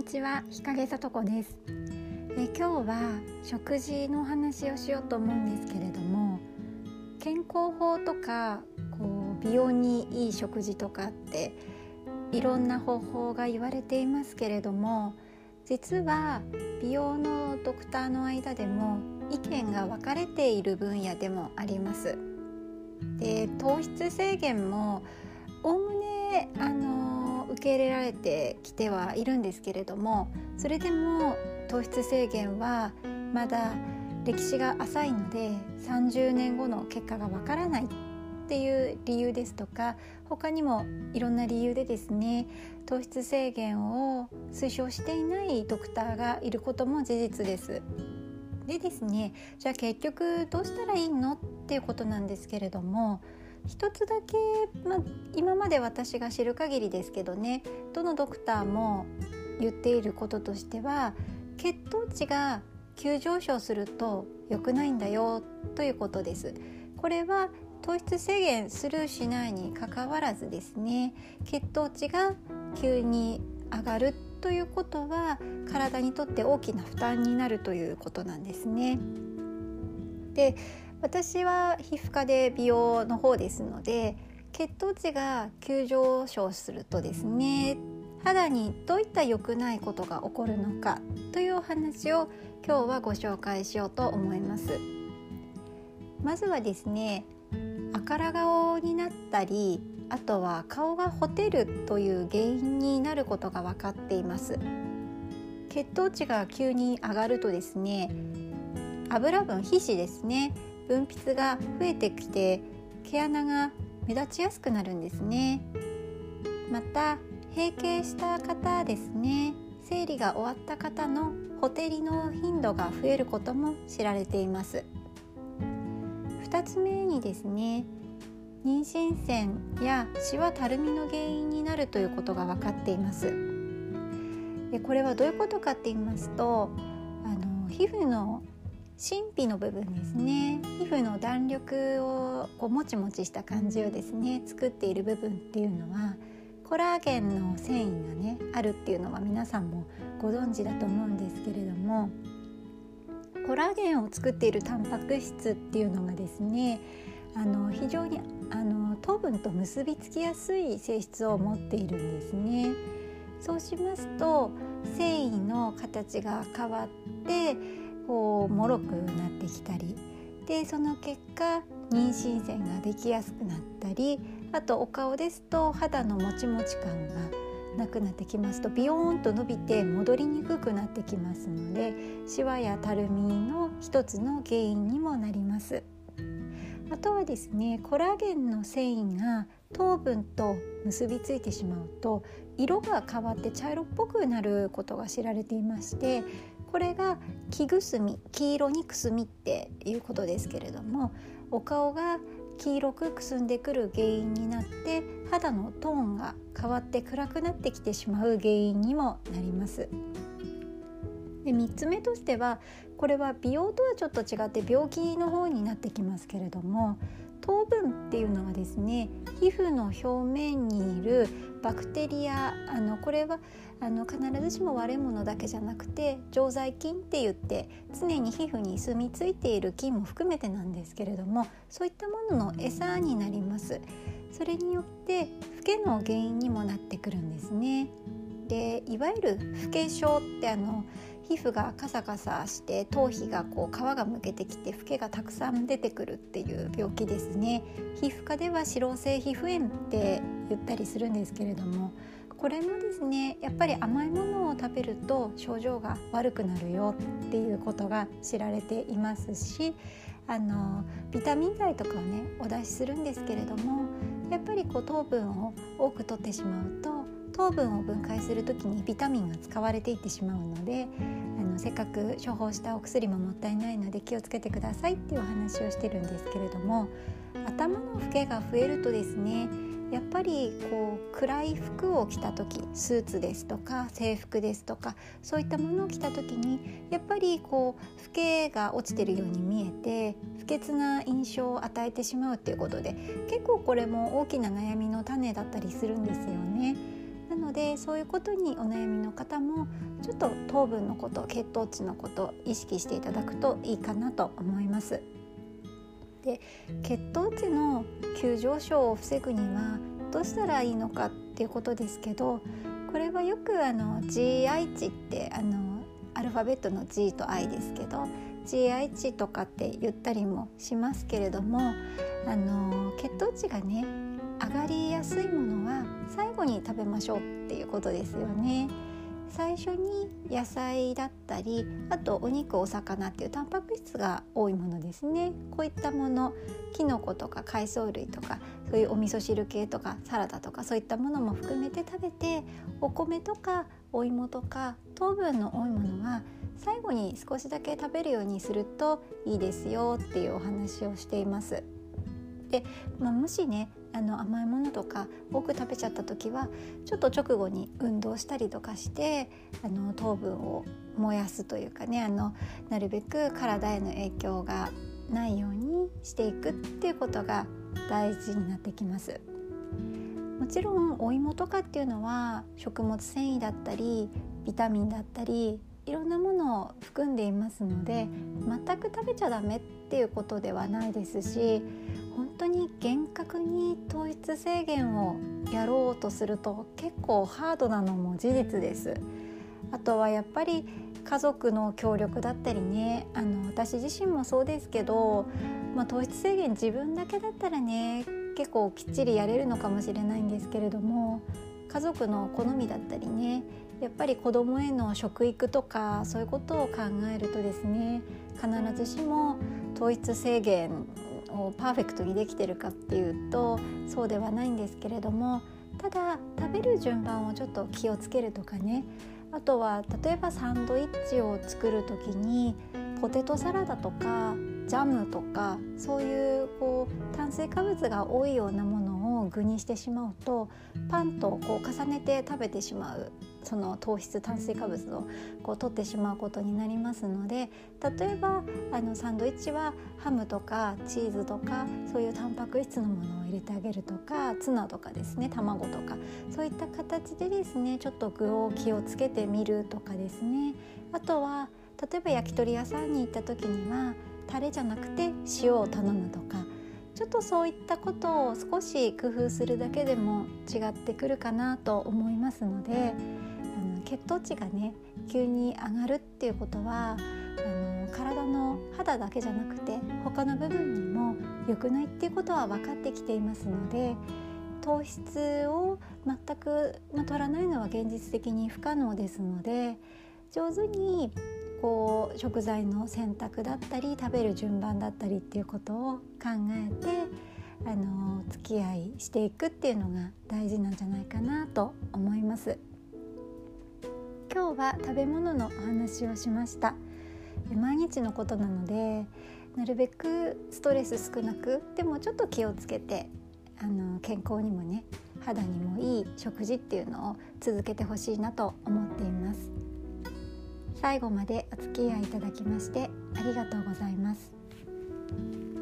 ちは、日陰さとこです。今日は食事のお話をしようと思うんですけれども、健康法とか美容にいい食事とかっていろんな方法が言われていますけれども、実は美容のドクターの間でも意見が分かれている分野でもあります。で、糖質制限もおおむね受け入れられてきてはいるんですけれども、それでも糖質制限はまだ歴史が浅いので30年後の結果がわからないっていう理由ですとか、他にもいろんな理由でですね、糖質制限を推奨していないドクターがいることも事実です。でですね、じゃあ結局どうしたらいいのっていうことなんですけれども、一つだけ、今まで私が知る限りですけどね、どのドクターも言っていることとしては、血糖値が急上昇すると良くないんだよということです。これは糖質制限するしないにかかわらずですね、血糖値が急に上がるということは体にとって大きな負担になるということなんですね。で、私は皮膚科で美容の方ですので、血糖値が急上昇するとですね、肌にどういった良くないことが起こるのかというお話を今日はご紹介しようと思います。まずはですね、赤ら顔になったり、あとは顔がほてるという原因になることが分かっています。血糖値が急に上がるとですね、油分、皮脂ですね、分泌が増えてきて毛穴が目立ちやすくなるんですね。また閉経した方ですね、生理が終わった方のほてりの頻度が増えることも知られています。2つ目にですね、妊娠線やシワたるみの原因になるということが分かっています。で、これはどういうことかって言いますと、皮膚の真皮の部分ですね、皮膚の弾力をもちもちした感じをですね作っている部分っていうのはコラーゲンの繊維がねあるっていうのは皆さんもご存知だと思うんですけれども、コラーゲンを作っているタンパク質っていうのがですね、非常に糖分と結びつきやすい性質を持っているんですね。そうしますと繊維の形が変わってもろくなってきたりで、その結果妊娠線ができやすくなったり、あとお顔ですと肌のもちもち感がなくなってきますとビヨーンと伸びて戻りにくくなってきますので、シワやたるみの一つの原因にもなります。あとはですね、コラーゲンの繊維が糖分と結びついてしまうと色が変わって茶色っぽくなることが知られていまして、これが黄くすみ、黄色にくすみっていうことですけれども、お顔が黄色くくすんでくる原因になって肌のトーンが変わって暗くなってきてしまう原因にもなります。で、3つ目としては、これは美容とはちょっと違って病気の方になってきますけれども、糖分っていうのはですね、皮膚の表面にいるバクテリア、これは必ずしも悪いものだけじゃなくて常在菌って言って常に皮膚に住み着いている菌も含めてなんですけれども、そういったものの餌になります。それによって老けの原因にもなってくるんですね。で、いわゆる老け症って皮膚がカサカサして頭皮が皮がむけてきて老けがたくさん出てくるっていう病気ですね。皮膚科では脂漏性皮膚炎って言ったりするんですけれども、これもですね、やっぱり甘いものを食べると症状が悪くなるよっていうことが知られていますし、ビタミン剤とかをねお出しするんですけれども、やっぱり糖分を多く取ってしまうと糖分を分解するときにビタミンが使われていってしまうので、せっかく処方したお薬ももったいないので気をつけてくださいっていうお話をしてるんですけれども、頭の老けが増えるとですね、やっぱり暗い服を着た時、スーツですとか制服ですとかそういったものを着た時にやっぱり老けが落ちてるように見えて不潔な印象を与えてしまうっていうことで、結構これも大きな悩みの種だったりするんですよね。なのでそういうことにお悩みの方もちょっと糖分のこと、血糖値のことを意識していただくといいかなと思います。で、血糖値の急上昇を防ぐにはどうしたらいいのかっていうことですけど、これはよくGI 値ってアルファベットの G と I ですけど GI 値とかって言ったりもしますけれども、血糖値がね上がりやすいものは最後に食べましょうっていうことですよね。最初に野菜だったり、あとお肉、お魚っていうタンパク質が多いものですね。こういったもの、キノコとか海藻類とか、そういうお味噌汁系とかサラダとかそういったものも含めて食べて、お米とかお芋とか糖分の多いものは最後に少しだけ食べるようにするといいですよっていうお話をしています。で、もしね甘いものとか多く食べちゃった時はちょっと直後に運動したりとかして糖分を燃やすというかね、なるべく体への影響がないようにしていくっていうことが大事になってきます。もちろんお芋とかっていうのは食物繊維だったりビタミンだったりいろんなものを含んでいますので、全く食べちゃダメっていうことではないですし、本当に厳格に糖質制限をやろうとすると結構ハードなのも事実です。あとはやっぱり家族の協力だったりね、私自身もそうですけど、糖質制限自分だけだったらね結構きっちりやれるのかもしれないんですけれども、家族の好みだったりね、やっぱり子供への食育とかそういうことを考えるとですね、必ずしも糖質制限をパーフェクトにできてるかっていうとそうではないんですけれども、ただ食べる順番をちょっと気をつけるとかね、あとは例えばサンドイッチを作る時にポテトサラダとかジャムとかそういう炭水化物が多いようなものを具にしてしまうとパンと重ねて食べてしまう、その糖質炭水化物を取ってしまうことになりますので、例えばサンドイッチはハムとかチーズとかそういうタンパク質のものを入れてあげるとか、ツナとかですね、卵とかそういった形でですねちょっと具を気をつけてみるとかですね。あとは例えば焼き鳥屋さんに行った時にはタレじゃなくて塩を頼むとか、ちょっとそういったことを少し工夫するだけでも違ってくるかなと思いますので、血糖値がね急に上がるっていうことは体の肌だけじゃなくて他の部分にも良くないっていうことは分かってきていますので、糖質を全く取らないのは現実的に不可能ですので、上手に食材の選択だったり食べる順番だったりっていうことを考えて付き合いしていくっていうのが大事なんじゃないかなと思います。今日は食べ物のお話をしました。毎日のことなのでなるべくストレス少なく、でもちょっと気をつけて健康にもね肌にもいい食事っていうのを続けてほしいなと思っています。最後までお付き合いいただきましてありがとうございます。